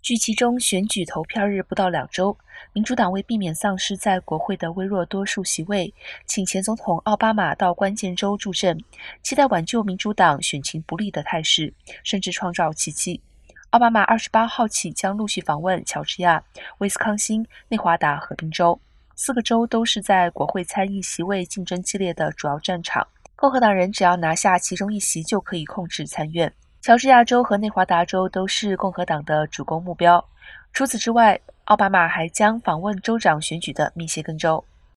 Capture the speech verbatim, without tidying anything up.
距其中选举投票日不到两周，民主党为避免丧失在国会的微弱多数席位，请前总统奥巴马到关键州助阵，期待挽救民主党选情不利的态势，甚至创造奇迹。奥巴马二十八号起将陆续访问乔治亚、威斯康星、内华达和宾州，四个州都是在国会参议席位竞争激烈的主要战场。共和党人只要拿下其中一席就可以控制参院。乔治亚州和内华达州都是共和党的主攻目标。除此之外，奥巴马还将访问州长选举的密歇根州。